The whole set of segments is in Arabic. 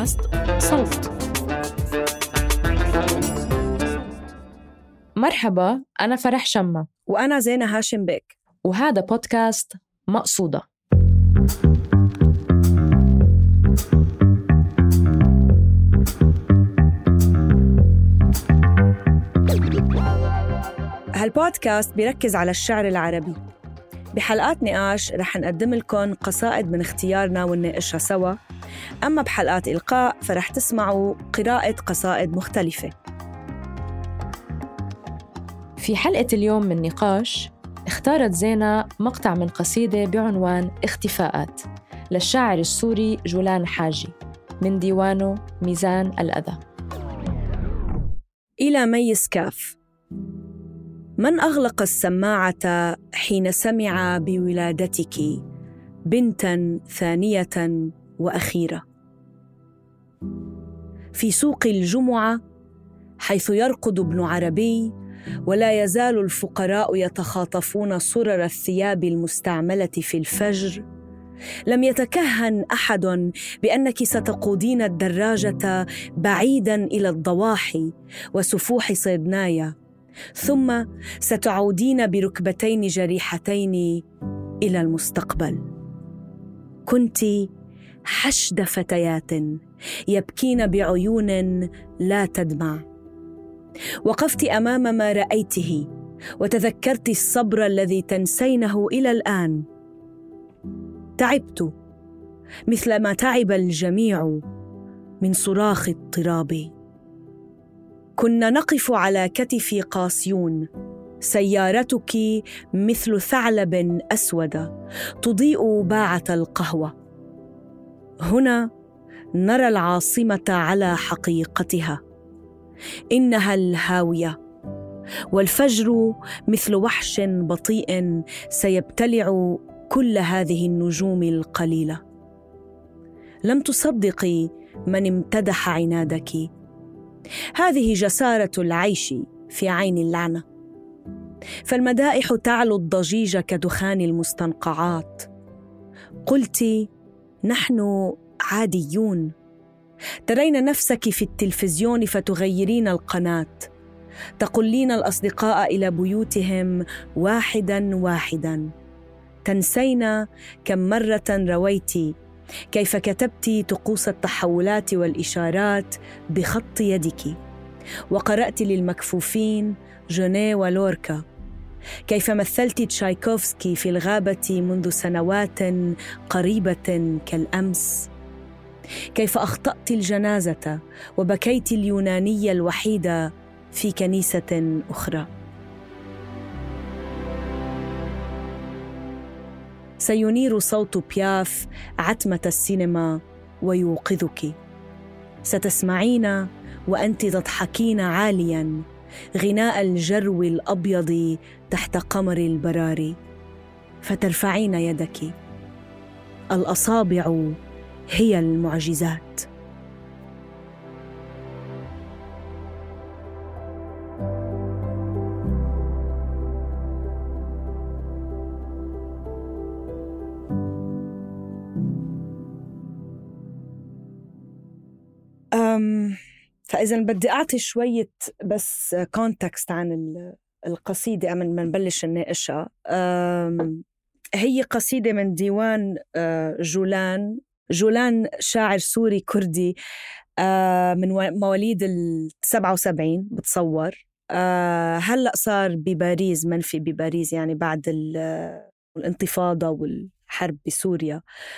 بودكاست صوت. مرحبا، أنا فرح شمة وأنا زينة هاشم بيك، وهذا بودكاست مقصودة. هالبودكاست بيركز على الشعر العربي. بحلقات نقاش رح نقدم لكم قصائد من اختيارنا ونناقشها سوا، أما بحلقات إلقاء فرح تسمعوا قراءة قصائد مختلفة. في حلقة اليوم من نقاش اختارت زينة مقطع من قصيدة بعنوان اختفاءات للشاعر السوري جولان حاجي من ديوانه ميزان الأذى. إلى مي سكاف. من أغلق السماعة حين سمع بولادتك بنتاً ثانية وأخيرة في سوق الجمعة، حيث يرقد ابن عربي ولا يزال الفقراء يتخاطفون صرر الثياب المستعملة في الفجر، لم يتكهن أحد بأنك ستقودين الدراجة بعيداً إلى الضواحي وسفوح صيدنايا، ثم ستعودين بركبتين جريحتين إلى المستقبل. كنت حشد فتيات يبكين بعيون لا تدمع. وقفت أمام ما رأيته وتذكرت الصبر الذي تنسينه إلى الآن. تعبت مثل ما تعب الجميع من صراخ اضطرابي. كنا نقف على كتف قاسيون، سيارتك مثل ثعلب أسود تضيء باعة القهوة. هنا نرى العاصمة على حقيقتها، إنها الهاوية، والفجر مثل وحش بطيء سيبتلع كل هذه النجوم القليلة. لم تصدقي من امتدح عنادك، هذه جسارة العيش في عين اللعنة. فالمدائح تعلو الضجيج كدخان المستنقعات. قلت نحن عاديون. ترين نفسك في التلفزيون فتغيرين القناة، تقلين الأصدقاء إلى بيوتهم واحداً واحداً. تنسين كم مرة رويت كيف كتبت طقوس التحولات والإشارات بخط يدك، وقرأت للمكفوفين جونيه ولوركا، كيف مثلت تشايكوفسكي في الغابة منذ سنوات قريبة كالأمس، كيف أخطأت الجنازة وبكيت اليونانية الوحيدة في كنيسة أخرى. سينير صوت بياف عتمة السينما ويوقظك. ستسمعين وأنت تضحكين عالياً غناء الجرو الأبيض تحت قمر البراري، فترفعين يدك. الأصابع هي المعجزات. فإذا بدي أعطي شوية بس كونتكست عن القصيدة قبل ما نبلش نناقشها. هي قصيدة من ديوان جولان شاعر سوري كردي من مواليد 77 بتصور. هلأ صار بباريس، منفي بباريس يعني بعد الانتفاضة والحرب بسوريا.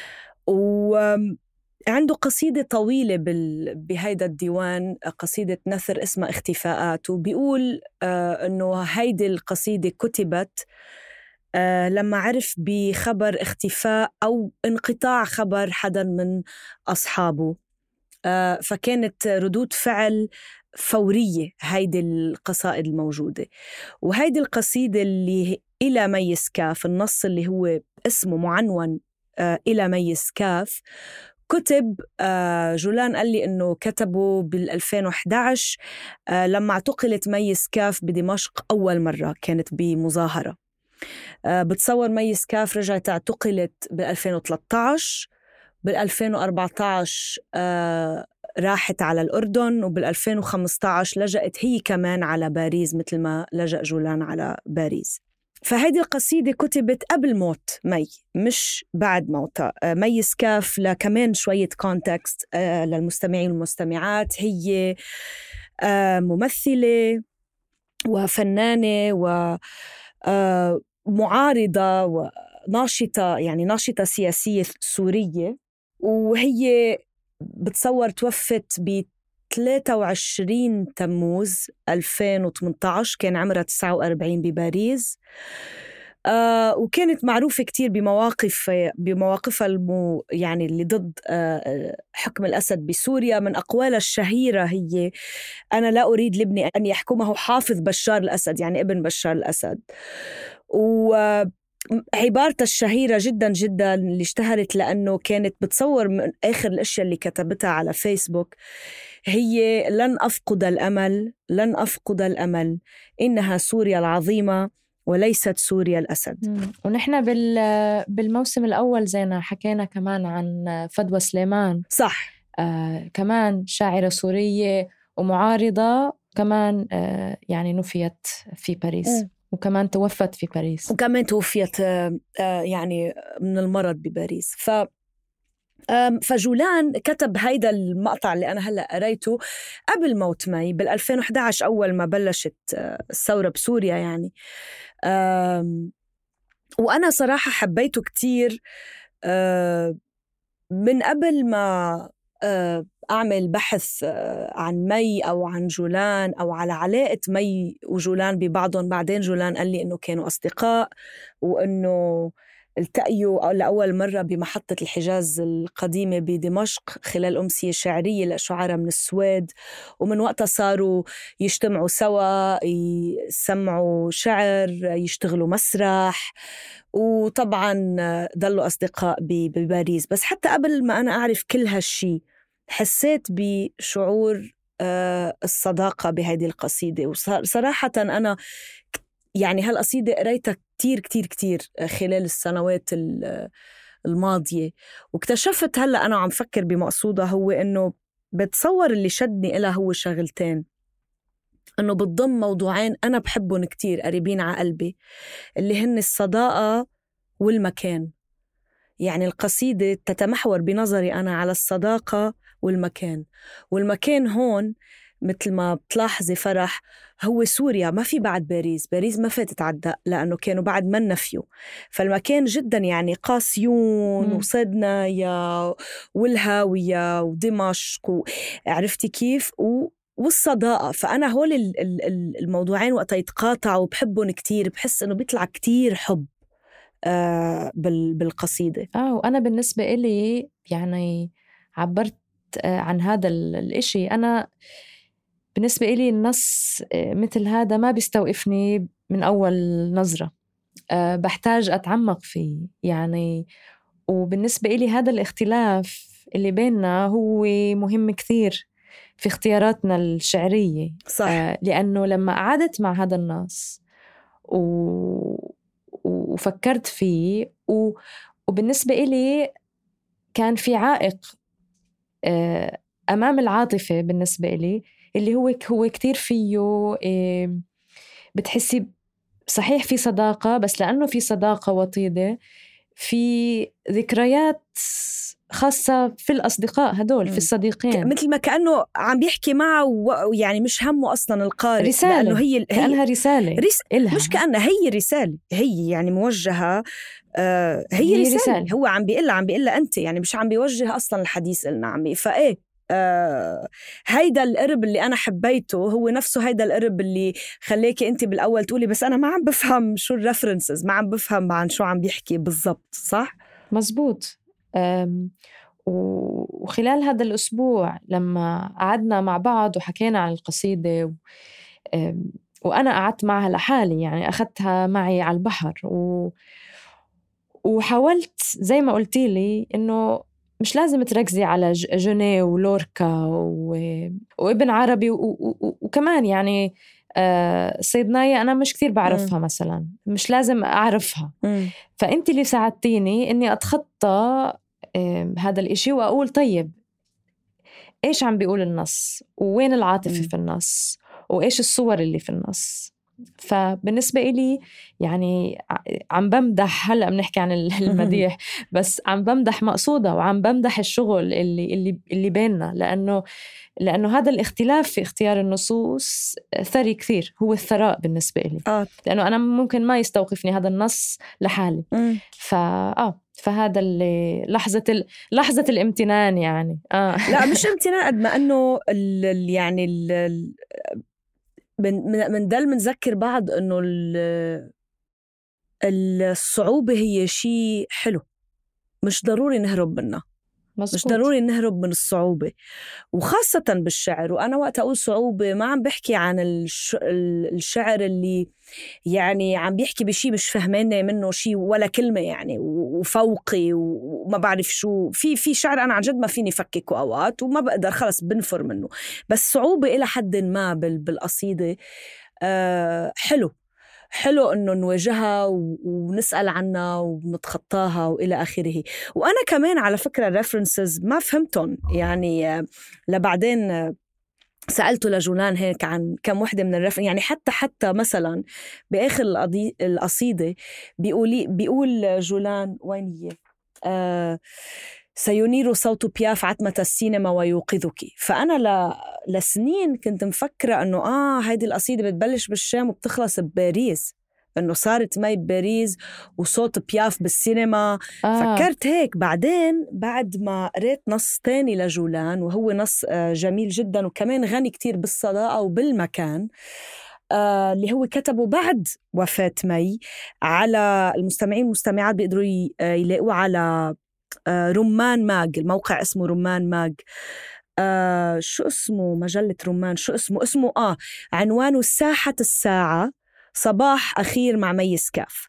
عنده قصيدة طويلة بهيدا الديوان، قصيدة نثر اسمها اختفاءات، وبيقول أنه هيدي القصيدة كتبت لما عرف بخبر اختفاء أو انقطاع خبر حدا من أصحابه، فكانت ردود فعل فورية هيدي القصائد الموجودة. وهيدي القصيدة اللي إلى مي سكاف، النص اللي هو اسمه معنون إلى مي سكاف، كتب جولان قال لي إنه كتبه بال2011 لما اعتقلت مي سكاف بدمشق أول مرة، كانت بمظاهرة. بتصور مي سكاف رجعت اعتقلت بال2013. بال2014 راحت على الأردن، وبال2015 لجأت هي كمان على باريس مثل ما لجأ جولان على باريس. فهيدي القصيدة كتبت قبل موت مي، مش بعد موتها. مي سكاف، لكمان شوية كونتكست للمستمعين والمستمعات، هي ممثلة وفنانة ومعارضة وناشطة، يعني ناشطة سياسية سورية. وهي بتصور توفت ب 23 تموز 2018، كان عمرها 49 بباريس. وكانت معروفة كتير بمواقفها يعني اللي ضد حكم الأسد بسوريا. من أقوالها الشهيرة هي: أنا لا أريد لابني أن يحكمه حافظ بشار الأسد، يعني ابن بشار الأسد. وعبارتها الشهيرة جدا جدا اللي اشتهرت لأنه كانت بتصور من آخر الأشياء اللي كتبتها على فيسبوك هي: لن أفقد الأمل، لن أفقد الأمل، إنها سوريا العظيمة وليست سوريا الأسد. ونحن بالموسم الأول زينا حكينا كمان عن فدوى سليمان. صح. كمان شاعرة سورية ومعارضة كمان، يعني نفيت في باريس. وكمان توفت في باريس، وكمان توفيت يعني من المرض بباريس. فجولان كتب هيدا المقطع اللي أنا هلأ قريته قبل موت مي بال2011، أول ما بلشت الثورة بسوريا يعني. وأنا صراحة حبيته كتير من قبل ما أعمل بحث عن مي أو عن جولان أو على علاقة مي وجولان ببعضهم. بعدين جولان قال لي إنه كانوا أصدقاء، وإنه التقيوا لأول مرة بمحطة الحجاز القديمة بدمشق خلال أمسية شعرية لشعراء من السويد، ومن وقتها صاروا يجتمعوا سوا، يسمعوا شعر، يشتغلوا مسرح، وطبعا ضلوا أصدقاء بباريس. بس حتى قبل ما أنا أعرف كل هالشي حسيت بشعور الصداقة بهذه القصيدة. وصراحة أنا يعني هالقصيدة قريتها كتير كتير كتير خلال السنوات الماضية، واكتشفت هلأ أنا عم فكر بمقصودها هو إنه بتصور اللي شدني إلها هو شغلتين: إنه بتضم موضوعين أنا بحبهم كتير قريبين على قلبي، اللي هن الصداقة والمكان. يعني القصيدة تتمحور بنظري أنا على الصداقة والمكان. والمكان هون مثل ما بتلاحظي فرح هو سوريا، ما في بعد باريس. باريس ما فاتت عداء لأنه كانوا بعد ما نفيوا. فالمكان جدا يعني قاسيون وصدنايا والهاوية ودمشق، عرفتي كيف؟ والصداقة. فأنا هول الموضوعين وقتا يتقاطعوا بحبهم كتير، بحس إنه بيطلع كتير حب بالقصيدة. وأنا بالنسبة إلي يعني عبرت عن هذا الإشي. أنا بالنسبة إلي النص مثل هذا ما بيستوقفني من أول نظرة، بحتاج أتعمق فيه يعني. وبالنسبة إلي هذا الاختلاف اللي بيننا هو مهم كثير في اختياراتنا الشعرية. صح. لأنه لما قعدت مع هذا النص وفكرت فيه وبالنسبة إلي كان في عائق أمام العاطفة بالنسبة إلي، اللي هو كتير فيه بتحسي صحيح في صداقة، بس لأنه في صداقة وطيدة، في ذكريات خاصة في الأصدقاء هدول، في الصديقين، مثل ما كأنه عم بيحكي معه ويعني مش همه أصلا القارئ، رسالة، لأنه هي كأنها رسالة مش كأنها هي رسالة، هي يعني موجهة. هي رسالة. هو عم بيقلها أنت، يعني مش عم بيوجه أصلا الحديث لنا عمي. فإيه هيدا القرب اللي أنا حبيته هو نفسه هيدا القرب اللي خليكي أنت بالأول تقولي بس أنا ما عم بفهم شو الريفرنسز، ما عم بفهم عن شو عم بيحكي بالضبط. صح؟ مزبوط. وخلال هذا الأسبوع لما قعدنا مع بعض وحكينا عن القصيدة وأنا قعدت معها لحالي، يعني أخذتها معي على البحر وحاولت زي ما قلتي لي إنه مش لازم تركزي على جوني ولوركا وابن عربي وكمان يعني صيدناية أنا مش كتير بعرفها مثلا، مش لازم أعرفها. فأنت اللي ساعدتيني إني أتخطى هذا الإشي وأقول طيب إيش عم بيقول النص ووين العاطفة في النص وإيش الصور اللي في النص. فبالنسبة إلي يعني عم بمدح، هلأ بنحكي عن المديح، بس عم بمدح مقصودة وعم بمدح الشغل اللي بيننا، لأنه هذا الاختلاف في اختيار النصوص ثري كثير، هو الثراء بالنسبة لي. لأنه أنا ممكن ما يستوقفني هذا النص لحالي. فهذا اللي لحظة الامتنان يعني. لا مش امتنان قد ما أنه يعني منذكر بعض أنه الصعوبة هي شيء حلو، مش ضروري نهرب منها. مش ضروري نهرب من الصعوبة، وخاصة بالشعر. وأنا وقت أقول صعوبة ما عم بحكي عن الشعر اللي يعني عم بيحكي بشي مش فهماني منه شي ولا كلمة يعني وفوقي وما بعرف شو. في شعر أنا عن جد ما فيني فككه أوقات وما بقدر خلص بنفر منه، بس صعوبة إلى حد ما بالقصيدة حلو إنه نواجهها ونسأل عنها ونتخطاها وإلى آخره. وأنا كمان على فكرة الريفرنسز ما فهمتهم يعني، لبعدين سألته لجولان هيك عن كم وحدة من الريفرنس يعني. حتى مثلا بآخر القصيدة بيقول جولان وين هي سينير صوت بياف عتمة السينما ويوقظك. فأنا لسنين كنت مفكرة أنه هيدي القصيدة بتبلش بالشام وبتخلص بباريس، أنه صارت مي بباريس وصوت بياف بالسينما. فكرت هيك. بعدين بعد ما قريت نص تاني لجولان وهو نص جميل جدا وكمان غني كتير بالصداقة وبالمكان، اللي هو كتبه بعد وفاة مي، على المستمعين والمستمعات بيقدروا يلاقوه على رمان ماج. الموقع اسمه رمان ماج. شو اسمه مجلة رمان؟ شو اسمه عنوانه ساحة الساعة، صباح أخير مع مي سكاف.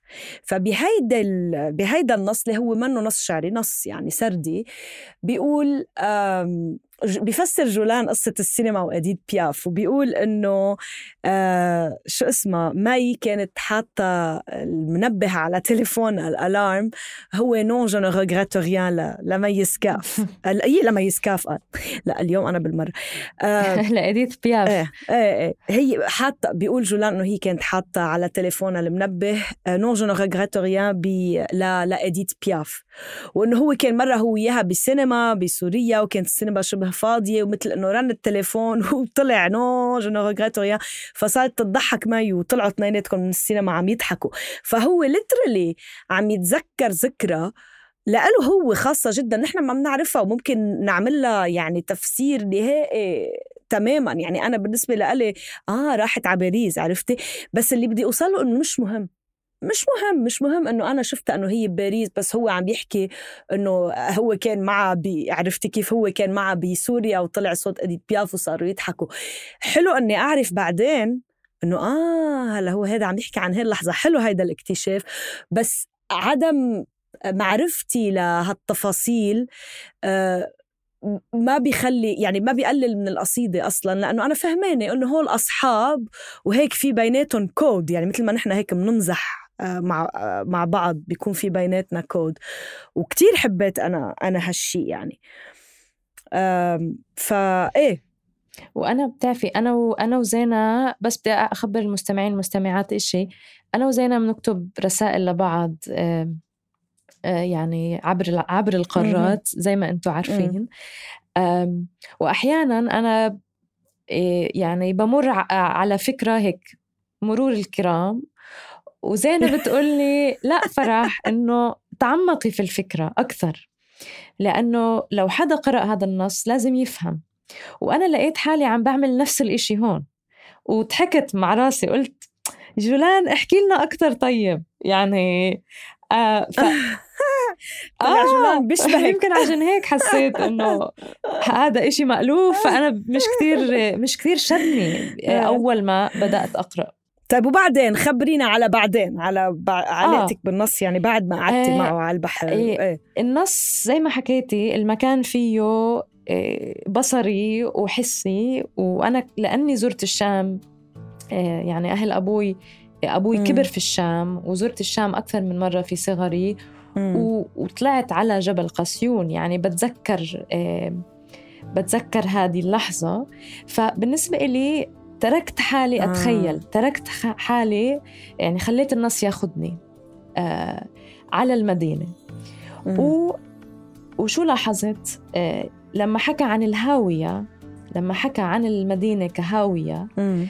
بهيدا النص اللي هو منه نص شعري، نص يعني سردي، بيقول بيفسر جولان قصة السينما وأديت بياف، وبيقول إنه شو اسمه مي كانت حاطة المنبه على تليفون الألارم هو نون جو نو ريغريت ريان لمي سكاف. لمي سكاف لا اليوم أنا بالمرة لأديت بياف. هي حاطة، بيقول جولان إنه هي كانت حاطة على تليفون المنبه نون جو نو ريغريت ريان لأديت بياف، وإنه هو كان مرة هو إياها بالسينما بسوريا وكانت السينما شبه فاضية، ومثل إنه رن التليفون وطلع نو جو نو ريغريت ريان، فصارت تضحك مي وطلعوا اثنيناتكم من السينما عم يضحكوا. فهو ليترالي عم يتذكر ذكرى لأله هو خاصة جدا نحن ما بنعرفها وممكن نعملها يعني تفسير نهائي تماما. يعني أنا بالنسبة لألي راحت على باريس عرفتي، بس اللي بدي أوصله إنه مش مهم إنه أنا شفتها إنه هي بباريس، بس هو عم بيحكي إنه هو كان معه عرفتي كيف هو كان معه بسوريا وطلع صوت أديت بياف وصاروا يضحكوا. حلو إني أعرف بعدين إنه هلا هو هذا عم يحكي عن هاي اللحظة. حلو هيدا الاكتشاف، بس عدم معرفتي لهالتفاصيل ما بيخلي يعني ما بيقلل من القصيدة أصلاً، لأنه أنا فهمانة إنه هول أصحاب وهيك في بيناتهم كود، يعني مثل ما نحن هيك بنمزح مع بعض بيكون في بيناتنا كود. وكتير حبيت أنا هالشي يعني. فإيه، وأنا بتعرفي أنا وزينة، بس بدي أخبر المستمعين والمستمعات إشي، أنا وزينة بنكتب رسائل لبعض يعني عبر القارات زي ما أنتوا عارفين. وأحيانا أنا يعني بمر على فكرة هيك مرور الكرام، وزينة بتقولي لا فرح إنه تعمقي في الفكرة أكثر، لأنه لو حدا قرأ هذا النص لازم يفهم. وأنا لقيت حالي عم بعمل نفس الإشي هون، وضحكت مع راسي قلت جولان احكي لنا أكثر طيب يعني. جولان بيشبهك. يمكن عشان هيك حسيت إنه هذا إشي مألوف، فأنا مش كتير شدني أول ما بدأت أقرأ. طيب وبعدين خبرينا على بعدين على علاقتك بالنص، يعني بعد ما قعدتي معه على البحر. النص زي ما حكيتي المكان فيه بصري وحسي، وأنا لأني زرت الشام يعني أهل أبوي كبر في الشام، وزرت الشام أكثر من مرة في صغري، وطلعت على جبل قاسيون. يعني بتذكر هذه اللحظة. فبالنسبة إلي تركت حالي أتخيل، تركت حالي يعني خليت النص ياخدني على المدينة. وشو لاحظت لما حكى عن الهاوية، لما حكى عن المدينة كهاوية،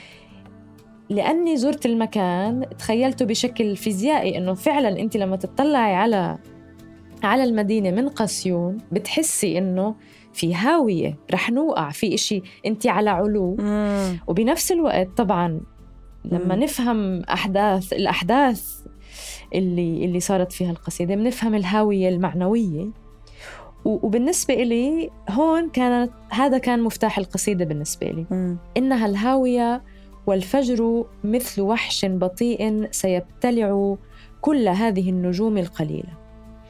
لأني زرت المكان تخيلته بشكل فيزيائي إنه فعلا أنت لما تطلعي على المدينة من قسيون بتحسي إنه في هاوية رح نوقع في إشي، أنت على علو. وبنفس الوقت طبعا لما نفهم الأحداث اللي صارت فيها القصيدة بنفهم الهاوية المعنوية. وبالنسبة إلي هون هذا كان مفتاح القصيدة بالنسبة لي. إنها الهاوية والفجر مثل وحش بطيء سيبتلع كل هذه النجوم القليلة.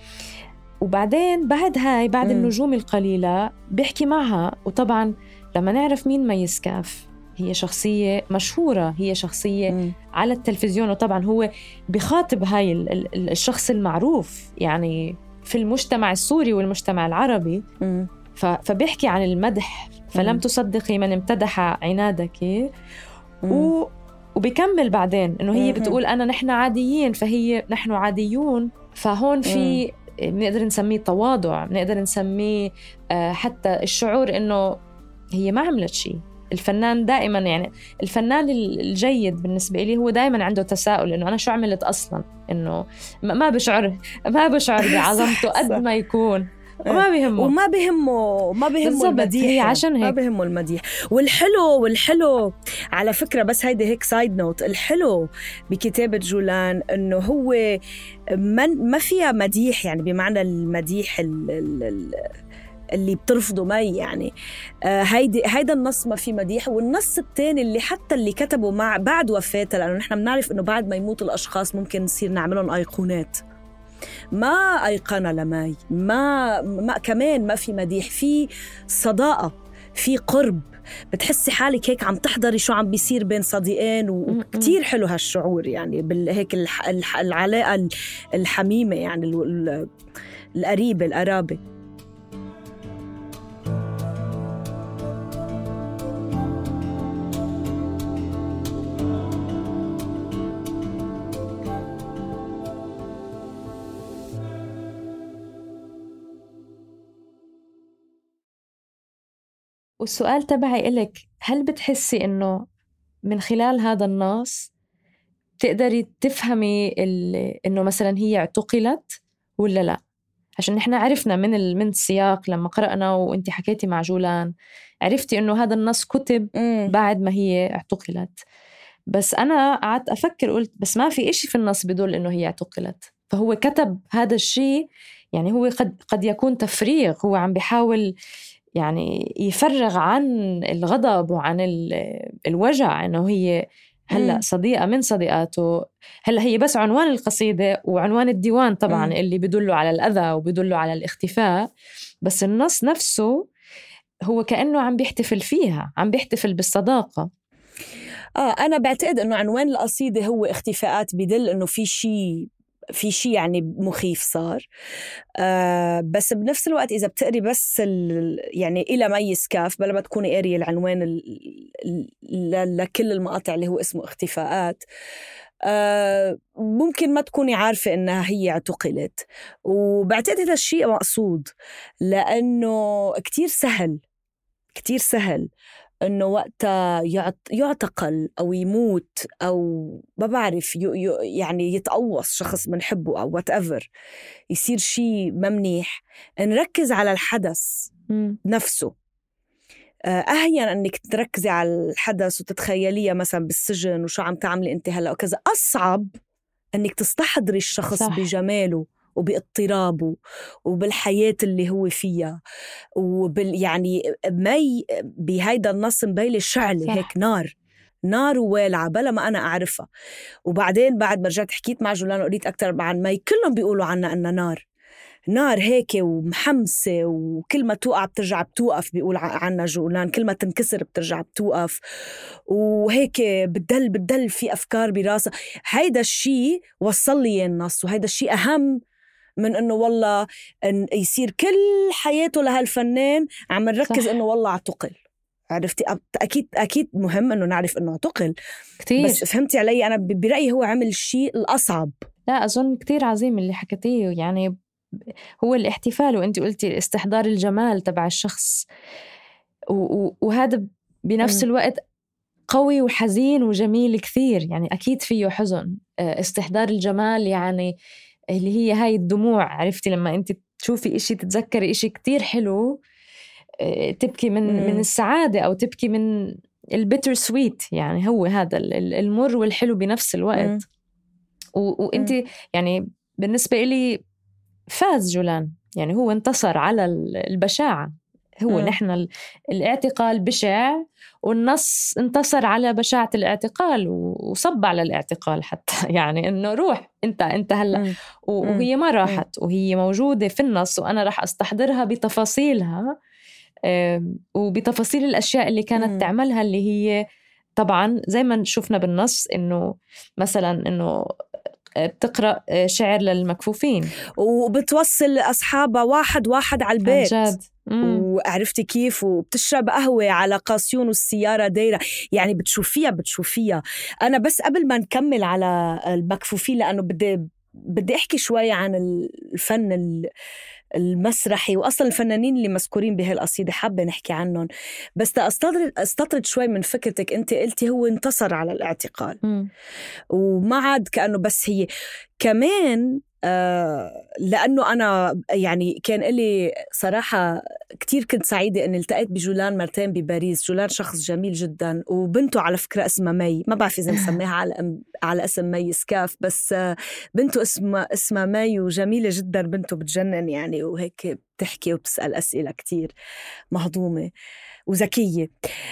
وبعدين بعد النجوم القليلة بيحكي معها. وطبعا لما نعرف مين ميس كاف، هي شخصية مشهورة، هي شخصية على التلفزيون، وطبعا هو بخاطب هاي الشخص المعروف يعني في المجتمع السوري والمجتمع العربي. فبيحكي عن المدح، فلم تصدقي من امتدح عنادك. وبيكمل بعدين إنه هي بتقول نحن عاديين، فهي نحن عاديون. فهون في بنقدر نسميه تواضع، بنقدر نسميه حتى الشعور إنه هي ما عملت شيء. الفنان دائما يعني الفنان الجيد بالنسبة لي هو دائما عنده تساؤل إنه أنا شو عملت أصلا، إنه ما بشعر بعظمته قد ما يكون، وما بيهمه المديح، عشان هيك ما بيهمه المديح. والحلو على فكرة، بس هيدي هيك سايد نوت، الحلو بكتابة جولان إنه هو ما فيها مديح يعني بمعنى المديح اللي بترفضه مي يعني. هيدا النص ما في مديح. والنص الثاني اللي حتى اللي كتبه بعد وفاته، لأنه نحن بنعرف إنه بعد ما يموت الأشخاص ممكن نصير نعملهم أيقونات، ما أيقنة لماي، ما كمان ما في مديح، في صداقة، في قرب، بتحسي حالك هيك عم تحضري شو عم بيصير بين صديقين. وكتير حلو هالشعور يعني هيك العلاقة الحميمة يعني القرابة. والسؤال تبعي إلك، هل بتحسي إنه من خلال هذا النص تقدري تفهمي إنه مثلا هي اعتقلت ولا لا؟ عشان نحن عرفنا من السياق لما قرأنا وإنتي حكيتي مع جولان، عرفتي إنه هذا النص كتب بعد ما هي اعتقلت. بس أنا قعدت أفكر، قلت بس ما في إشي في النص بدل إنه هي اعتقلت. فهو كتب هذا الشيء يعني هو قد يكون تفريغ، هو عم بيحاول يعني يفرغ عن الغضب وعن الوجع، إنه هي هلأ صديقة من صديقاته. هلأ هي بس عنوان القصيدة وعنوان الديوان طبعا اللي بيدلوا على الأذى وبيدلوا على الاختفاء، بس النص نفسه هو كأنه عم بيحتفل فيها، عم بيحتفل بالصداقة. أنا بعتقد إنه عنوان القصيدة هو اختفاءات، بدل إنه في شيء يعني مخيف صار. بس بنفس الوقت إذا بتقري بس يعني إلى ميس كاف بلا ما تكوني قارية العنوان لكل المقاطع اللي هو اسمه اختفاءات، ممكن ما تكوني عارفة إنها هي اعتقلت. وبعتقد هذا الشيء مقصود، لأنه كتير سهل إنه وقتها يعتقل أو يموت أو ما بعرف يعني يتقوص شخص منحبه أو whatever، يصير شيء ممنيح. نركز على الحدث نفسه. أهين أنك تركزي على الحدث وتتخيليها مثلا بالسجن وشو عم تعملي أنت هلأ وكذا. أصعب أنك تستحضري الشخص صح. بجماله وباضطرابه وبالحياة اللي هو فيها يعني مي بهيدا النص مبيلة شعلة هيك نار ووالعة بلا ما أنا أعرفها. وبعدين بعد ما رجعت حكيت مع جولان وقريت أكتر عن مي، كلهم بيقولوا عنا أنها نار هيك ومحمسة، وكل ما توقع بترجع بتوقف. بيقول عنا جولان كل ما تنكسر بترجع بتوقف، وهيك بتدل في أفكار براسها. هيدا الشيء وصل لي النص، وهيدا الشيء أهم من إنه والله إن يصير كل حياته لهالفنان عم نركز إنه والله اعتقل. عرفتي؟ أكيد مهم إنه نعرف إنه اعتقل كتير. بس فهمتي علي؟ أنا برأيي هو عمل الشيء الأصعب. لا أظن كتير عظيم اللي حكتيه، يعني هو الاحتفال، وأنت قلتي استحضار الجمال تبع الشخص، وهذا بنفس الوقت قوي وحزين وجميل كثير. يعني أكيد فيه حزن. استحضار الجمال يعني اللي هي هاي الدموع، عرفتي لما أنت تشوفي إشي تتذكري إشي كتير حلو، تبكي من السعادة أو تبكي من البيتر سويت. يعني هو هذا المر والحلو بنفس الوقت. وأنت يعني بالنسبة إلي فاز جولان، يعني هو انتصر على البشاعة. هو نحن الاعتقال بشع، والنص انتصر على بشاعة الاعتقال وصب على الاعتقال حتى. يعني إنه روح أنت هلأ. وهي ما راحت، وهي موجودة في النص، وأنا راح أستحضرها بتفاصيلها وبتفاصيل الأشياء اللي كانت تعملها، اللي هي طبعا زي ما شفنا بالنص إنه مثلا إنه بتقرأ شعر للمكفوفين وبتوصل أصحابها واحد على البيت. وعرفتي كيف؟ وبتشرب قهوة على قاسيون والسيارة دايرة. يعني بتشوفيها. أنا بس قبل ما نكمل على المكفوفين، لأنه بدي أحكي شوي عن الفن المسرحي وأصلا الفنانين اللي مذكورين بهالقصيدة، حابة نحكي عنهم. بس استطرد شوي من فكرتك. أنت قلتي هو انتصر على الاعتقال وما عاد كأنه بس هي كمان لأنه أنا يعني كان إلي صراحة كتير كنت سعيدة أني التقيت بجولان مرتين بباريس. جولان شخص جميل جدا، وبنته على فكرة اسمها مي، ما بعرف إذا نسميها على اسم مي سكاف، بس بنته اسمها مي، وجميلة جدا بنته، بتجنن يعني، وهيك بتحكي وبتسأل أسئلة كتير مهضومة وذكية.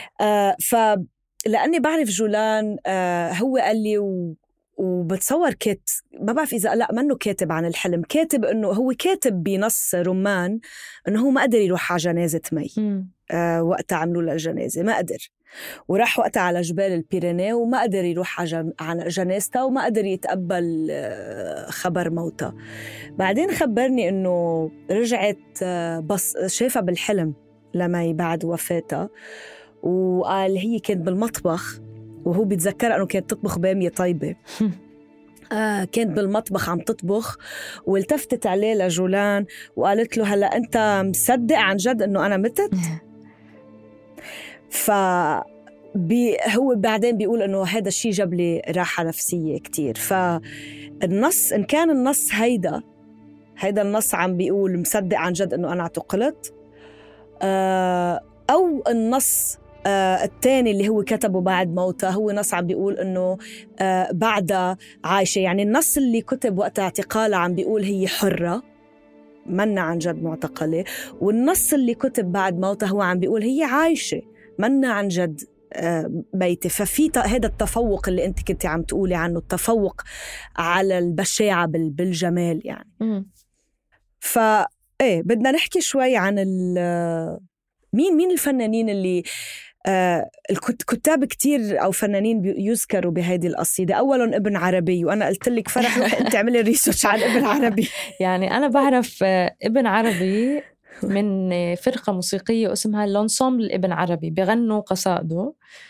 فلأني بعرف جولان هو قال لي وبتصور ما بعرف إذا لا منه كاتب عن الحلم، كاتب إنه هو كاتب بنص رمان إنه هو ما قدر يروح على جنازة مي. وقتها عملوا له الجنازة ما قدر، وراح وقتها على جبال البيرينيه وما قدر يروح على جنازتها، وما قدر يتقبل خبر موتها. بعدين خبرني إنه رجعت بس شافها بالحلم لمي بعد وفاتها، وقال هي كانت بالمطبخ، وهو بيتذكر أنه كانت تطبخ بامية طيبة. كانت بالمطبخ عم تطبخ، والتفتت عليه لجولان وقالت له هلأ أنت مصدق عن جد أنه أنا متت؟ هو بعدين بيقول أنه هذا الشيء جاب لي راحة نفسية كتير. فالنص إن كان النص هيدا النص عم بيقول مصدق عن جد أنه أنا اعتقلت، أو النص الثاني اللي هو كتبه بعد موته هو نص عم بيقول إنه بعدها عايشة. يعني النص اللي كتب وقت اعتقالها عم بيقول هي حرة منا عن جد معتقلة، والنص اللي كتب بعد موته هو عم بيقول هي عايشة منا عن جد بيتي. ففي هذا التفوق اللي أنت كنت عم تقولي عنه، التفوق على البشاعة بالجمال يعني. فإيه بدنا نحكي شوي عن مين الفنانين اللي الكتاب كتير أو فنانين يذكروا بهذه القصيدة. أولاً ابن عربي، وأنا قلت لك فرح روح أنت اعملي ريسيرش عن ابن عربي. يعني أنا بعرف ابن عربي من فرقة موسيقية اسمها لونسومبل ابن عربي، بغنوا قصائده.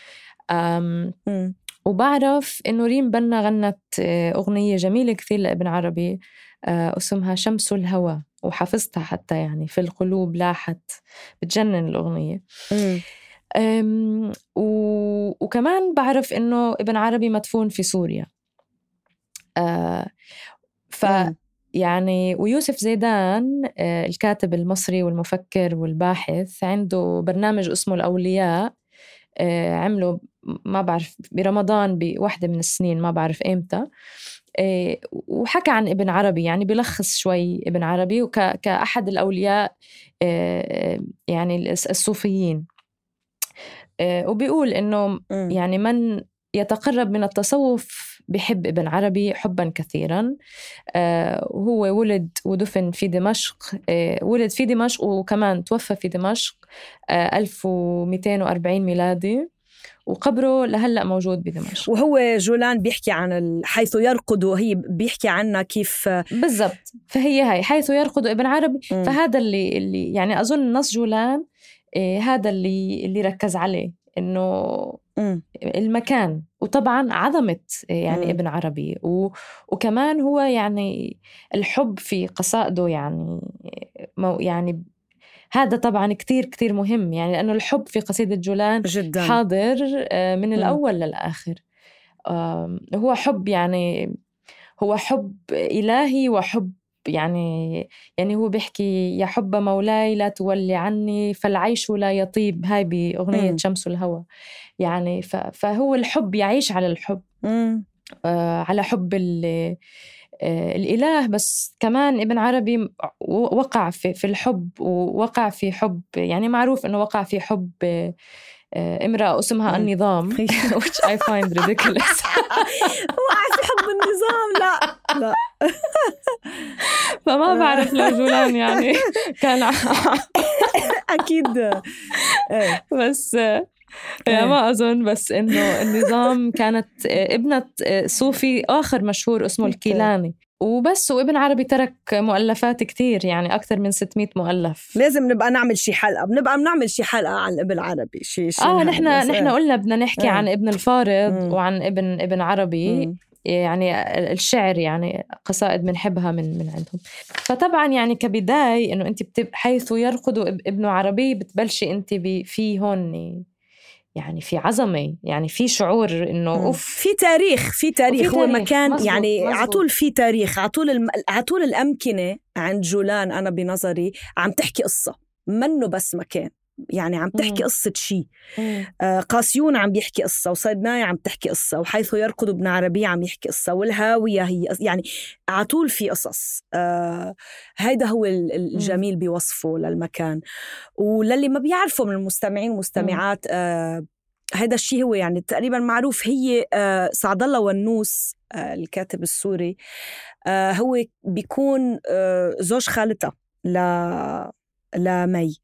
وبعرف إنه ريم بنا غنت أغنية جميلة كثير لابن عربي اسمها شمس الهوى، وحفظتها حتى، يعني في القلوب لاحت، بتجنن الأغنية. وكمان بعرف إنه ابن عربي مدفون في سوريا. يعني ويوسف زيدان الكاتب المصري والمفكر والباحث عنده برنامج اسمه الأولياء، عمله ما بعرف برمضان بواحدة من السنين، ما بعرف إمتى، وحكى عن ابن عربي، يعني بلخص شوي ابن عربي وكأحد الأولياء يعني الصوفيين. وبيقول إنه يعني من يتقرب من التصوف بحب ابن عربي حبا كثيرا. وهو ولد ودفن في دمشق، ولد في دمشق وكمان توفى في دمشق 1240 ميلادي. وقبره لهلأ موجود بدمشق. وهو جولان بيحكي عن حيث يرقد، وهي بيحكي عنها كيف بالضبط. فهي هاي حيث يرقد ابن عربي. فهذا اللي يعني أظن نص جولان هذا اللي ركز عليه، إنه المكان، وطبعا عظمة يعني ابن عربي، وكمان هو يعني الحب في قصائده، يعني هذا طبعا كتير كتير مهم، يعني لأنه الحب في قصيدة جولان جداً حاضر من الأول للآخر. هو حب، يعني هو حب إلهي وحب يعني هو بيحكي يا حب مولاي لا تولي عني فالعيش لا يطيب، هاي بأغنية شمس الهوى. يعني فهو الحب يعيش على الحب، على حب الإله. بس كمان ابن عربي وقع في الحب، ووقع في حب، يعني معروف أنه وقع في حب امرأة اسمها النظام which I find ridiculous. وقع في حب النظام؟ لا فما بعرف لو جولان يعني كان أكيد بس ما أظن، بس إنه النظام كانت ابنة صوفي آخر مشهور اسمه الكيلاني وبس. وابن عربي ترك مؤلفات كتير، يعني أكثر من 600 مؤلف. لازم نبقى نعمل شي حلقة، بنعمل شي حلقة عن ابن عربي. نحن قلنا بدنا نحكي عن ابن الفارض وعن ابن عربي. يعني الشعر، يعني قصائد بنحبها من عندهم. فطبعا يعني كبداية إنه أنت حيث يرقد ابن عربي بتبلشي أنت في هون يعني في عظمة، يعني في شعور إنه أوف، في تاريخ هو مكان مزبوط يعني عطول في تاريخ، عطول الأمكنة عند جولان أنا بنظري عم تحكي قصة، منه بس مكان، يعني عم تحكي قصة شيء. قاسيون عم بيحكي قصة، وصيدناية عم تحكي قصة، وحيث يرقد ابن عربي عم يحكي قصة، والهاوية هي يعني عطول في قصص. هيدا هو الجميل بوصفه للمكان. وللي ما بيعرفوا من المستمعين والمستمعات، هيدا الشيء هو يعني تقريبا معروف. هي سعد الله ونوس الكاتب السوري هو بيكون زوج خالتها لمي.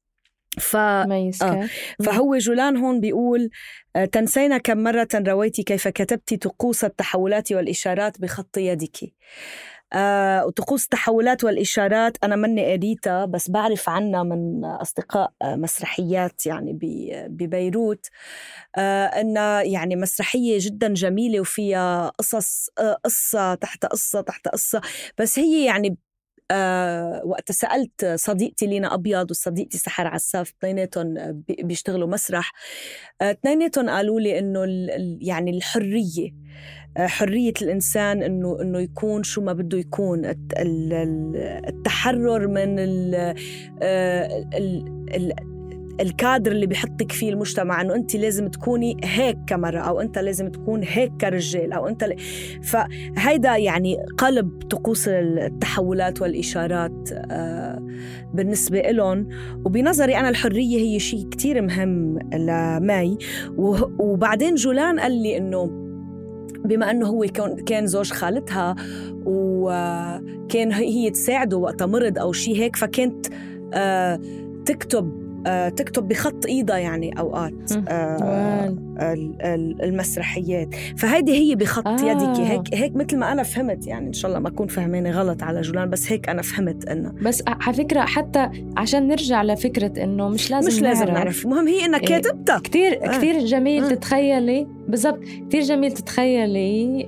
فهو جولان هون بيقول تنسينا كم مرة رويت كيف كتبت طقوس التحولات والإشارات بخط يدك. وطقوس التحولات والإشارات أنا مني قريتها، بس بعرف عنها من أصدقاء مسرحيات يعني ببيروت، أنها يعني مسرحية جدا جميلة وفيها قصة تحت قصة تحت قصة. بس هي يعني وقت سألت صديقتي لينا أبيض وصديقتي سحر عساف، اثنيناتهم بيشتغلوا مسرح، اثنيناتهم قالوا لي إنه يعني حرية الإنسان إنه يكون شو ما بده يكون، التحرر من الكادر اللي بيحطك فيه المجتمع، إنه أنت لازم تكوني هيك كمرأة، أو أنت لازم تكون هيك كرجال، أو أنت فهيدا يعني قلب طقوس التحولات والإشارات بالنسبة لهم. وبنظري أنا الحرية هي شيء كتير مهم لماي. وبعدين جولان قال لي إنه بما أنه هو كان زوج خالتها، وكان هي تساعده وقت مرض أو شيء هيك، فكانت تكتب بخط إيدها يعني أوقات المسرحيات. فهيدي هي بخط يدك، هيك مثل ما أنا فهمت، يعني إن شاء الله ما أكون فهماني غلط على جولان، بس هيك أنا فهمت إنه. بس على فكرة حتى عشان نرجع لفكرة إنه مش لازم نعرف، مهم هي إنك كاتبتها. كتير جميل تتخيلي بالضبط، كتير جميل تتخيلي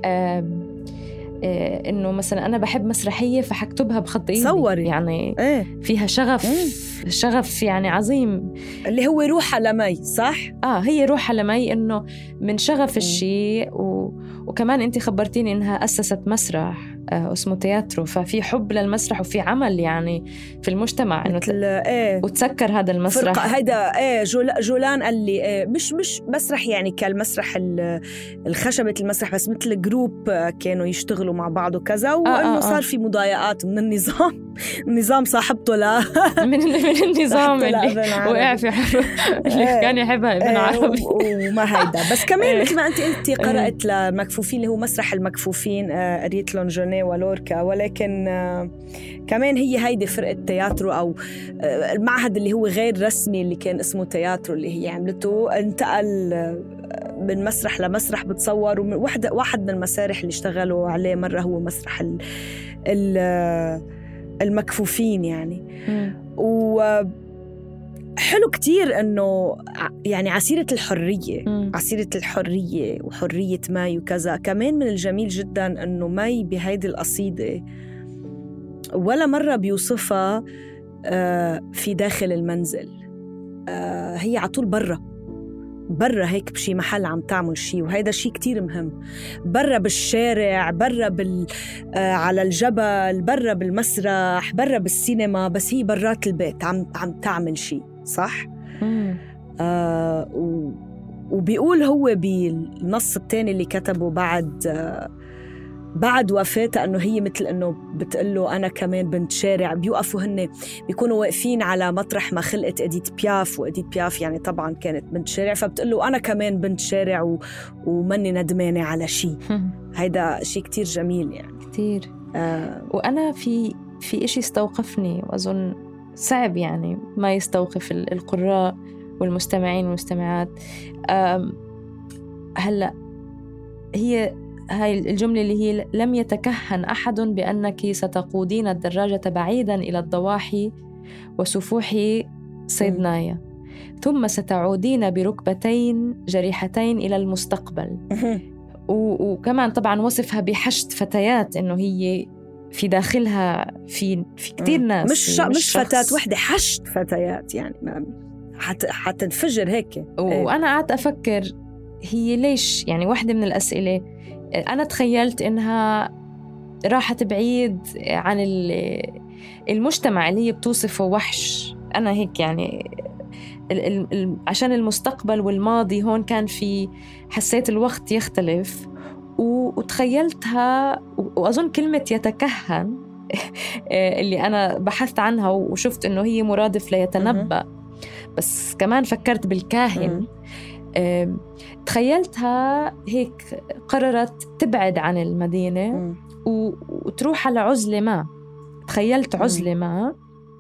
إنه مثلا أنا بحب مسرحية فحكتبها بخط إيدي، صوري يعني فيها شغف يعني عظيم، اللي هو روحها لمي، صح؟ هي روحها لمي، إنه من شغف الشيء. وكمان أنت خبرتيني إنها أسست مسرح اسمه تياترو، ففي حب للمسرح وفي عمل يعني في المجتمع إنه وتسكر هذا المسرح. هيدا جولان قال لي مش مسرح يعني كالمسرح الخشبة المسرح، بس مثل جروب كانوا يشتغلوا مع بعض وكذا، وإنه صار في مضايقات من النظام صاحبته من النظام اللي وقع في حرب اللي كان يحبها ابن عربي. وما هيدا بس كمان مثل ما أنت قرأت لمكفوفين اللي هو مسرح المكفوفين، قريت لهم جوني رينيه ولوركا، ولكن كمان هي هيدي فرقة تياترو أو المعهد اللي هو غير رسمي اللي كان اسمه تياترو اللي هي عملته، انتقل من مسرح لمسرح بتصور. واحد من المسارح اللي اشتغلوا عليه مرة هو مسرح المكفوفين يعني. وحلو كتير أنه يعني عسيرة الحرية وحرية ماي وكذا. كمان من الجميل جدا أنه ماي بهيدي القصيدة ولا مرة بيوصفها في داخل المنزل، هي عطول برا هيك بشي محل عم تعمل شي، وهيدا شي كتير مهم. برا بالشارع، برا على الجبل، برا بالمسرح، برا بالسينما، بس هي برات البيت عم تعمل شي صح. وبيقول هو بالنص التاني اللي كتبه بعد وفاتها أنه هي مثل أنه بتقله أنا كمان بنت شارع. بيوقفوا هن بيكونوا واقفين على مطرح ما خلقت إديت بياف، وإديت بياف يعني طبعا كانت بنت شارع، فبتقله أنا كمان بنت شارع ومني ندمانة على شيء. هيدا شيء كتير جميل يعني كتير. وأنا في إشي استوقفني وأظن صعب يعني ما يستوقف القراء والمستمعين والمستمعات. هلأ هاي الجملة اللي هي لم يتكهن أحد بأنك ستقودين الدراجة بعيدا إلى الضواحي وسفوح صيدنايا، ثم ستعودين بركبتين جريحتين إلى المستقبل. وكمان طبعا وصفها بحشد فتيات، إنه هي في داخلها في كتير ناس، مش فتاة وحدة، حشد فتيات يعني حتنفجر هيك. وأنا قعدت أفكر هي ليش يعني. واحدة من الأسئلة أنا تخيلت إنها راحت بعيد عن المجتمع اللي هي بتوصفه وحش. أنا هيك يعني عشان المستقبل والماضي هون كان في، حسيت الوقت يختلف وتخيلتها. وأظن كلمة يتكهن اللي أنا بحثت عنها وشفت إنه هي مرادف ليتنبأ، بس كمان فكرت بالكاهن. تخيلتها هيك قررت تبعد عن المدينة وتروح على عزلة ما. تخيلت عزلة ما،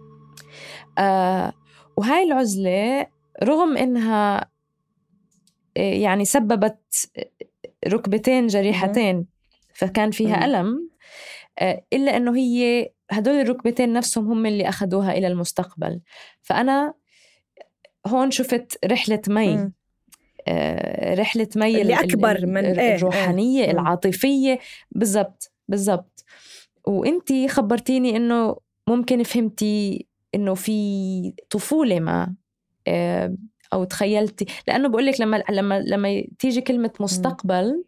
وهاي العزلة رغم إنها يعني سببت ركبتين جريحتين فكان فيها ألم، إلا أنه هي هدول الركبتين نفسهم هم اللي أخذوها إلى المستقبل. فأنا هون شفت رحلة مي، رحلة مي اللي أكبر من الروحانية العاطفية. بالضبط. وإنتي خبرتيني إنه ممكن فهمتي إنه في طفولة ما، أو تخيلتي، لأنه بقولك لما تيجي كلمة مستقبل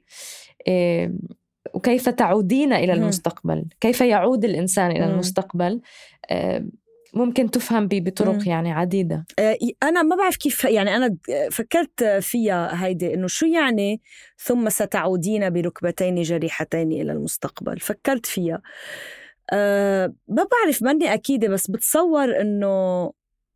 وكيف تعودين إلى المستقبل، كيف يعود الإنسان إلى المستقبل، ممكن تفهم بطرق يعني عديدة. أنا ما بعرف كيف يعني. أنا فكرت فيها هيدي إنه شو يعني ثم ستعودين بركبتين جريحتين إلى المستقبل. فكرت فيها، ما بعرف، ماني أكيدة، بس بتصور إنه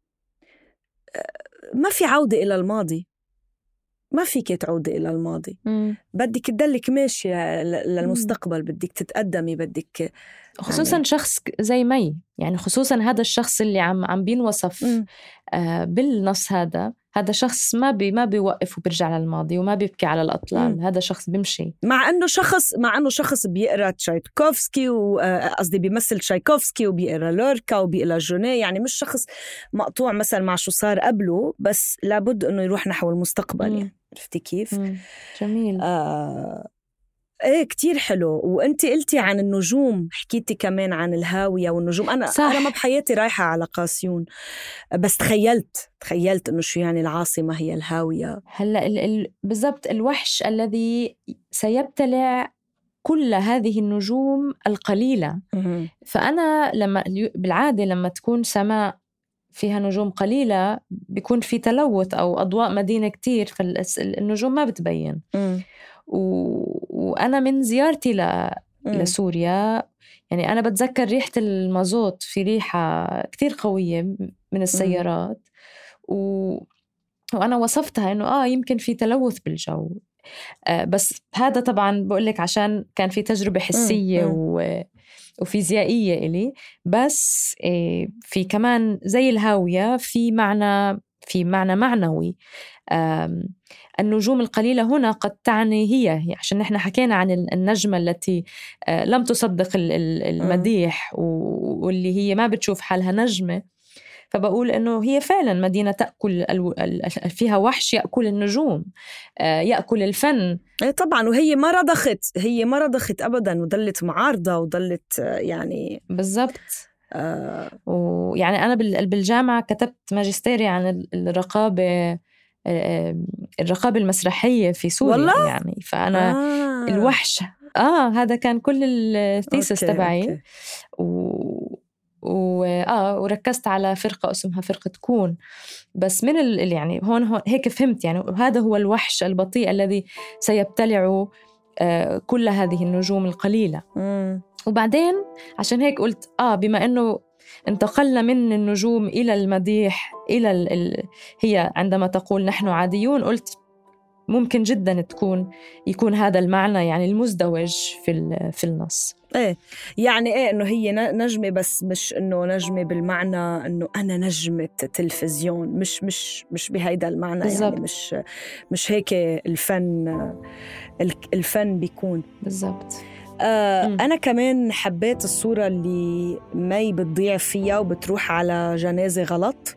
ما في عودة إلى الماضي. ما فيك تعودي إلى الماضي، بدك تدلك ماشية للمستقبل، بدك تتقدمي، بدك خصوصا يعني شخص زي مي يعني، خصوصا هذا الشخص اللي عم بينوصف بالنص، هذا شخص ما بيوقف وبيرجع للماضي وما بيبكي على الأطلال. هذا شخص بيمشي، مع أنه شخص بيقرأ تشايكوفسكي، وقصدي بيمثل تشايكوفسكي وبيقرأ لوركا وبيقرأ جوني. يعني مش شخص مقطوع مثلا مع شو صار قبله، بس لابد أنه يروح نحو المستقبل. يعني عرفتي كيف؟ جميل. ايه كتير حلو. وانت قلتي عن النجوم، حكيتي كمان عن الهاوية والنجوم. أنا ما بحياتي رايحة على قاسيون، بس تخيلت إنه شو يعني العاصمة هي الهاوية. هلأ بالضبط الوحش الذي سيبتلع كل هذه النجوم القليلة. فأنا بالعادة لما تكون سماء فيها نجوم قليلة بيكون في تلوث أو أضواء مدينة كتير، فالنجوم ما بتبين. وأنا من زيارتي لسوريا يعني أنا بتذكر ريحة المازوت، في ريحة كتير قوية من السيارات، وأنا وصفتها إنه يمكن في تلوث بالجو. بس هذا طبعا بقولك عشان كان في تجربة حسية وفيزيائية إلي. بس في كمان زي الهاوية في معنى معنوي. النجوم القليلة هنا قد تعني هي عشان نحن حكينا عن النجمة التي لم تصدق المديح واللي هي ما بتشوف حالها نجمة. فبقول إنه هي فعلا مدينة تأكل فيها وحش يأكل النجوم، يأكل الفن. طبعا. وهي ما رضخت أبدا، وضلت معارضة وضلت يعني بالضبط. ويعني أنا بالجامعة كتبت ماجستيري عن الرقابة المسرحية في سوريا والله؟ يعني فأنا الوحش هذا كان كل الثيسس تبعي. وركزت على فرقة اسمها فرقة كون. بس من يعني هون هيك فهمت يعني هذا هو الوحش البطيء الذي سيبتلع كل هذه النجوم القليلة. وبعدين عشان هيك قلت بما أنه انتقلنا من النجوم إلى المديح إلى هي عندما تقول نحن عاديون، قلت ممكن جدا يكون هذا المعنى يعني المزدوج في النص. يعني انه هي نجمة، بس مش انه نجمة بالمعنى انه انا نجمة تلفزيون، مش بهيدا المعنى بالزبط. يعني مش هيك الفن بيكون بالضبط. أنا كمان حبيت الصورة اللي مي بتضيع فيها وبتروح على جنازة غلط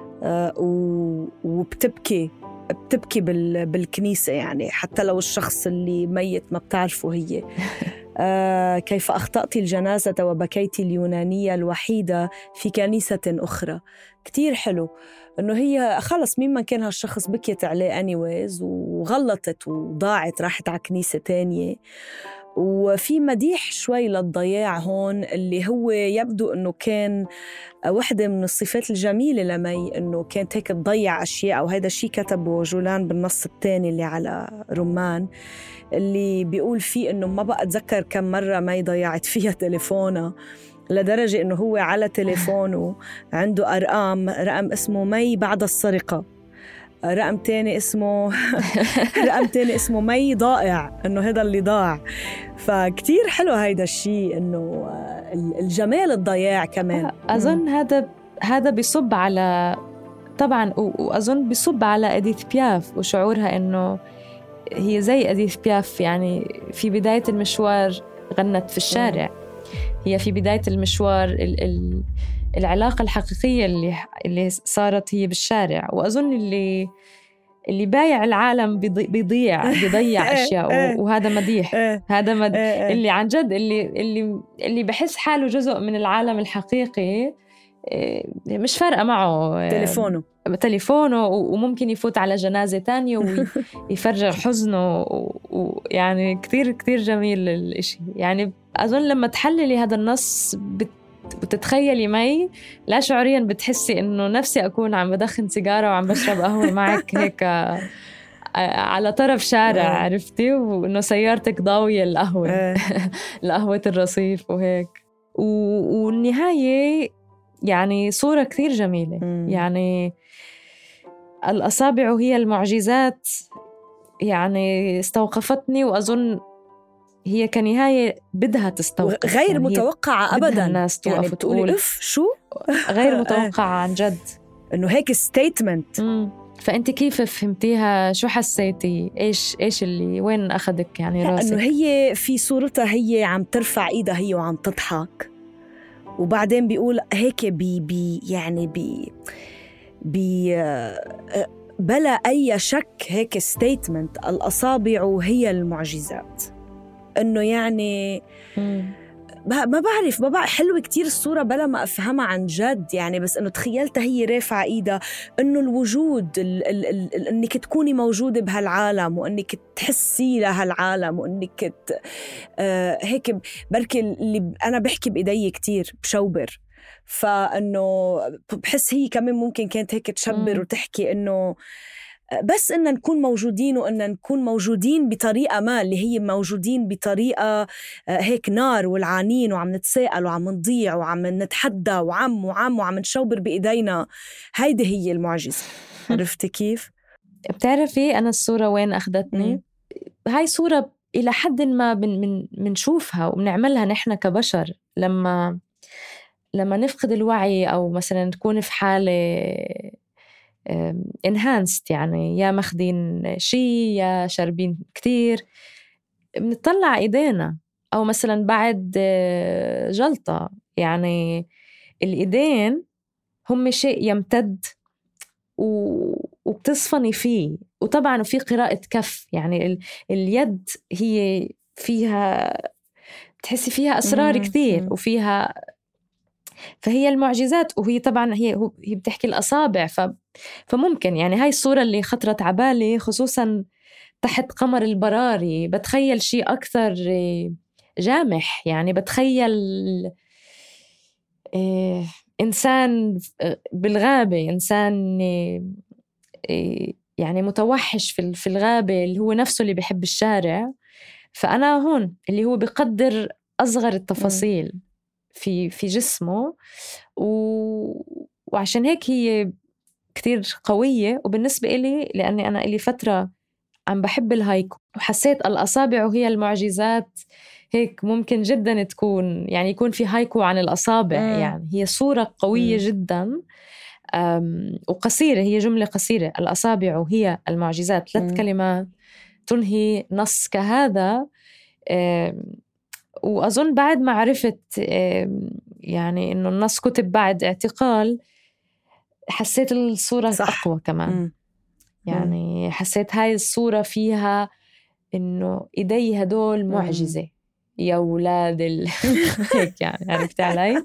وبتبكي بالكنيسة، يعني حتى لو الشخص اللي ميت ما بتعرفه هي. كيف أخطأت الجنازة وبكيت اليونانية الوحيدة في كنيسة أخرى. كتير حلو إنه هي خلص مين ما كان هالشخص بكيت عليه anyways وغلطت وضاعت راحت على كنيسة تانية. وفي مديح شوي للضياع هون اللي هو يبدو أنه كان واحدة من الصفات الجميلة لمي، أنه كانت هيك تضيع أشياء. وهذا الشيء كتبه جولان بالنص الثاني اللي على رمان، اللي بيقول فيه أنه ما بقى أتذكر كم مرة مي ضيعت فيها تليفونها، لدرجة أنه هو على تليفونه عنده رقم اسمه مي بعد السرقة، رقم تاني اسمه مي ضائع، انه هذا اللي ضاع. فكتير حلو هيدا الشيء، انه الجمال الضياع كمان. اظن هذا بيصب على طبعا، واظن بيصب على إديث بياف وشعورها انه هي زي إديث بياف، يعني في بداية المشوار غنت في الشارع. هي في بداية المشوار العلاقة الحقيقية اللي صارت هي بالشارع. وأظن اللي بايع العالم بيضيع أشياء. وهذا مديح. اللي عن جد اللي بحس حاله جزء من العالم الحقيقي، مش فارقة معه تليفونه وممكن يفوت على جنازة تانية ويفرجع حزنه. ويعني كتير كتير جميل الاشي. يعني أظن لما تحللي هذا النص وتتخيلي مي، لا شعوريا بتحسي إنه نفسي أكون عم بدخن سيجارة وعم بشرب قهوة معك هيك على طرف شارع، عرفتي، وإنه سيارتك ضاوية القهوة القهوة الرصيف وهيك. والنهاية يعني صورة كثير جميلة. يعني الأصابع هي المعجزات، يعني استوقفتني. وأظن هي كنهاية بدها تستوقف، غير متوقعة أبداً. الناس يعني بتقولي شو غير متوقعة عن جد، إنه هيك ستيتمنت. فأنت كيف فهمتيها؟ شو حسيتي؟ إيش اللي وين أخذك يعني راسك؟ إنه هي في صورتها هي عم ترفع إيدها هي وعم تضحك، وبعدين بيقول هيك يعني بلا أي شك هيك ستيتمنت، الأصابع هي المعجزات. إنه يعني ما بعرف حلوة كتير الصورة بلا ما أفهمها عن جد يعني. بس إنه تخيلتها هي رافعة إيدها، إنه الوجود إنك تكوني موجودة بهالعالم وإنك تحسي لهالعالم وإنك هيك بركي اللي أنا بحكي بإيدي كتير بشوبر. فإنه بحس هي كمان ممكن كانت هيك تشبر وتحكي إنه بس إننا نكون موجودين، وإننا نكون موجودين بطريقة ما، اللي هي موجودين بطريقة هيك نار والعانين وعم نتساءل وعم نضيع وعم نتحدى وعم نشوبر بإيدينا. هيدي هي المعجزة. عرفتي كيف؟ بتعرفي أنا الصورة وين أخذتني؟ هاي صورة إلى حد ما بنشوفها وبنعملها نحن كبشر لما نفقد الوعي، أو مثلا نكون في حالة enhanced، يعني يا ماخدين شي يا شاربين كتير، بنطلع إيدينا. أو مثلا بعد جلطة، يعني الإيدين هم شيء يمتد وبتصفني فيه. وطبعا في قراءة كف، يعني اليد هي فيها، بتحسي فيها أسرار كثير وفيها، فهي المعجزات. وهي طبعا هي بتحكي الأصابع. فممكن يعني هاي الصورة اللي خطرت عبالي خصوصا تحت قمر البراري، بتخيل شيء أكثر جامح. يعني بتخيل إنسان بالغابة، إنسان يعني متوحش في الغابة، اللي هو نفسه اللي بيحب الشارع. فأنا هون اللي هو بيقدر أصغر التفاصيل في جسمه، وعشان هيك هي كتير قوية. وبالنسبة إلي، لأني أنا إلي فترة عم بحب الهايكو، وحسيت الأصابع وهي المعجزات، هيك ممكن جدا تكون، يعني يكون في هايكو عن الأصابع. يعني هي صورة قوية جدا وقصيرة، هي جملة قصيرة. الأصابع هي المعجزات، 3 كلمات تنهي نص كهذا. وأظن بعد ما عرفت يعني إنه النص كتب بعد اعتقال، حسيت الصورة صح. أقوى كمان. يعني حسيت هاي الصورة فيها إنه إيدي هدول معجزة يا أولاد هيك يعني، عرفت علي؟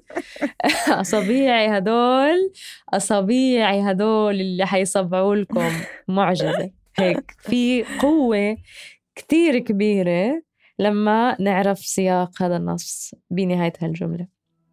أصابيعي هدول اللي حيصبعوا لكم معجزة. هيك في قوة كتير كبيرة لما نعرف سياق هذا النص بنهاية هالجملة.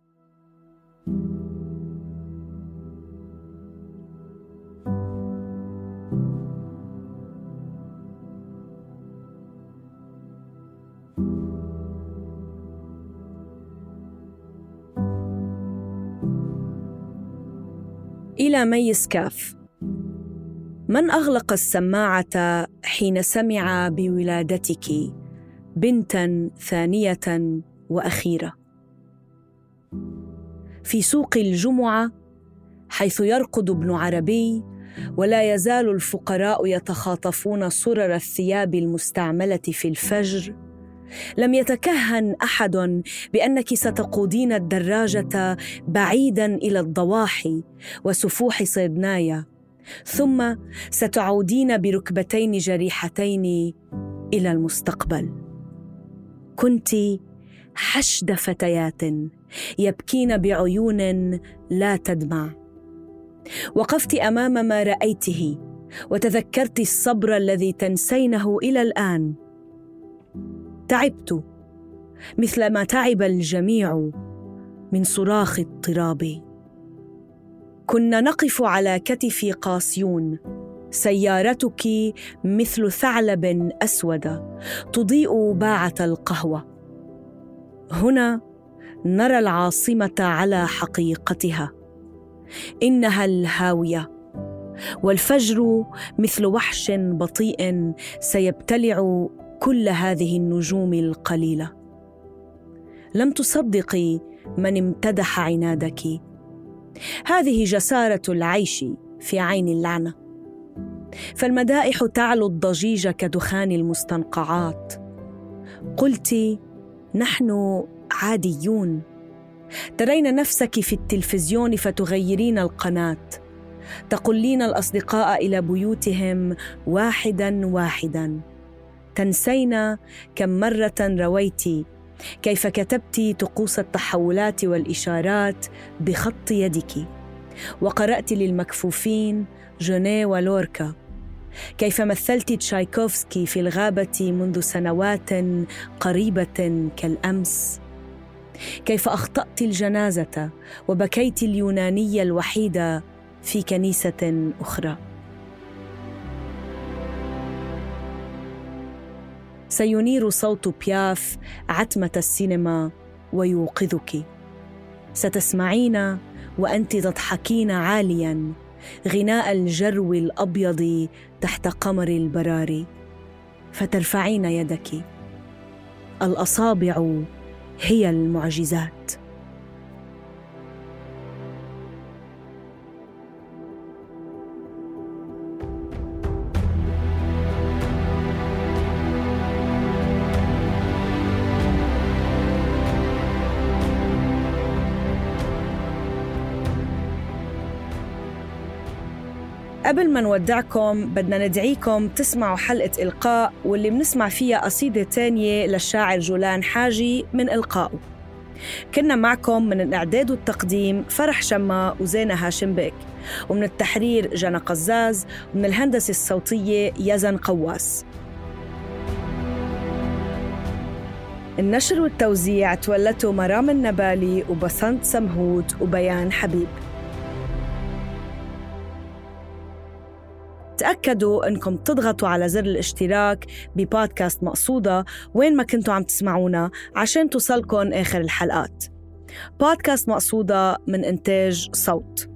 إلى مي سكاف: من أغلق السماعة حين سمع بولادتك بنتاً ثانية وأخيرة؟ في سوق الجمعة حيث يرقد ابن عربي، ولا يزال الفقراء يتخاطفون صرر الثياب المستعملة في الفجر، لم يتكهن أحد بأنك ستقودين الدراجة بعيداً إلى الضواحي وسفوح صيدنايا، ثم ستعودين بركبتين جريحتين إلى المستقبل. كنت حشد فتيات يبكين بعيون لا تدمع. وقفت أمام ما رأيته وتذكرت الصبر الذي تنسينه إلى الآن. تعبت مثل ما تعب الجميع من صراخ اضطرابي. كنا نقف على كتف قاسيون، سيارتك مثل ثعلب أسود تضيء باعة القهوة. هنا نرى العاصمة على حقيقتها، إنها الهاوية، والفجر مثل وحش بطيء سيبتلع كل هذه النجوم القليلة. لم تصدقي من امتدح عنادك. هذه جسارة العيش في عين اللعنة. فالمدائح تعلو الضجيج كدخان المستنقعات. قلت: نحن عاديون. ترين نفسك في التلفزيون فتغيرين القناة، تقلين الأصدقاء إلى بيوتهم واحداً واحداً. تنسين كم مرة رويت كيف كتبت طقوس التحولات والإشارات بخط يدك، وقرأت للمكفوفين جوني ولوركا، كيف مثلت تشايكوفسكي في الغابة منذ سنوات قريبة كالأمس، كيف أخطأت الجنازة وبكيت اليونانية الوحيدة في كنيسة أخرى. سينير صوت بياف عتمة السينما ويوقظك. ستسمعين وأنت تضحكين عالياً غناء الجرو الأبيض تحت قمر البراري. فترفعين يدك. الأصابع هي المعجزات. قبل ما نودعكم بدنا ندعيكم تسمعوا حلقة إلقاء واللي بنسمع فيها قصيدة تانية للشاعر جولان حاجي من إلقائه. كنا معكم من الإعداد والتقديم فرح شما وزينة هاشم بيك، ومن التحرير جنى قزاز، ومن الهندسة الصوتية يزن قواس. النشر والتوزيع تولته مرام النبالي وبسنت سمهود وبيان حبيب. تأكدوا أنكم تضغطوا على زر الاشتراك ببودكاست مقصودة وين ما كنتوا عم تسمعونا عشان توصلكن آخر الحلقات. بودكاست مقصودة من إنتاج صوت.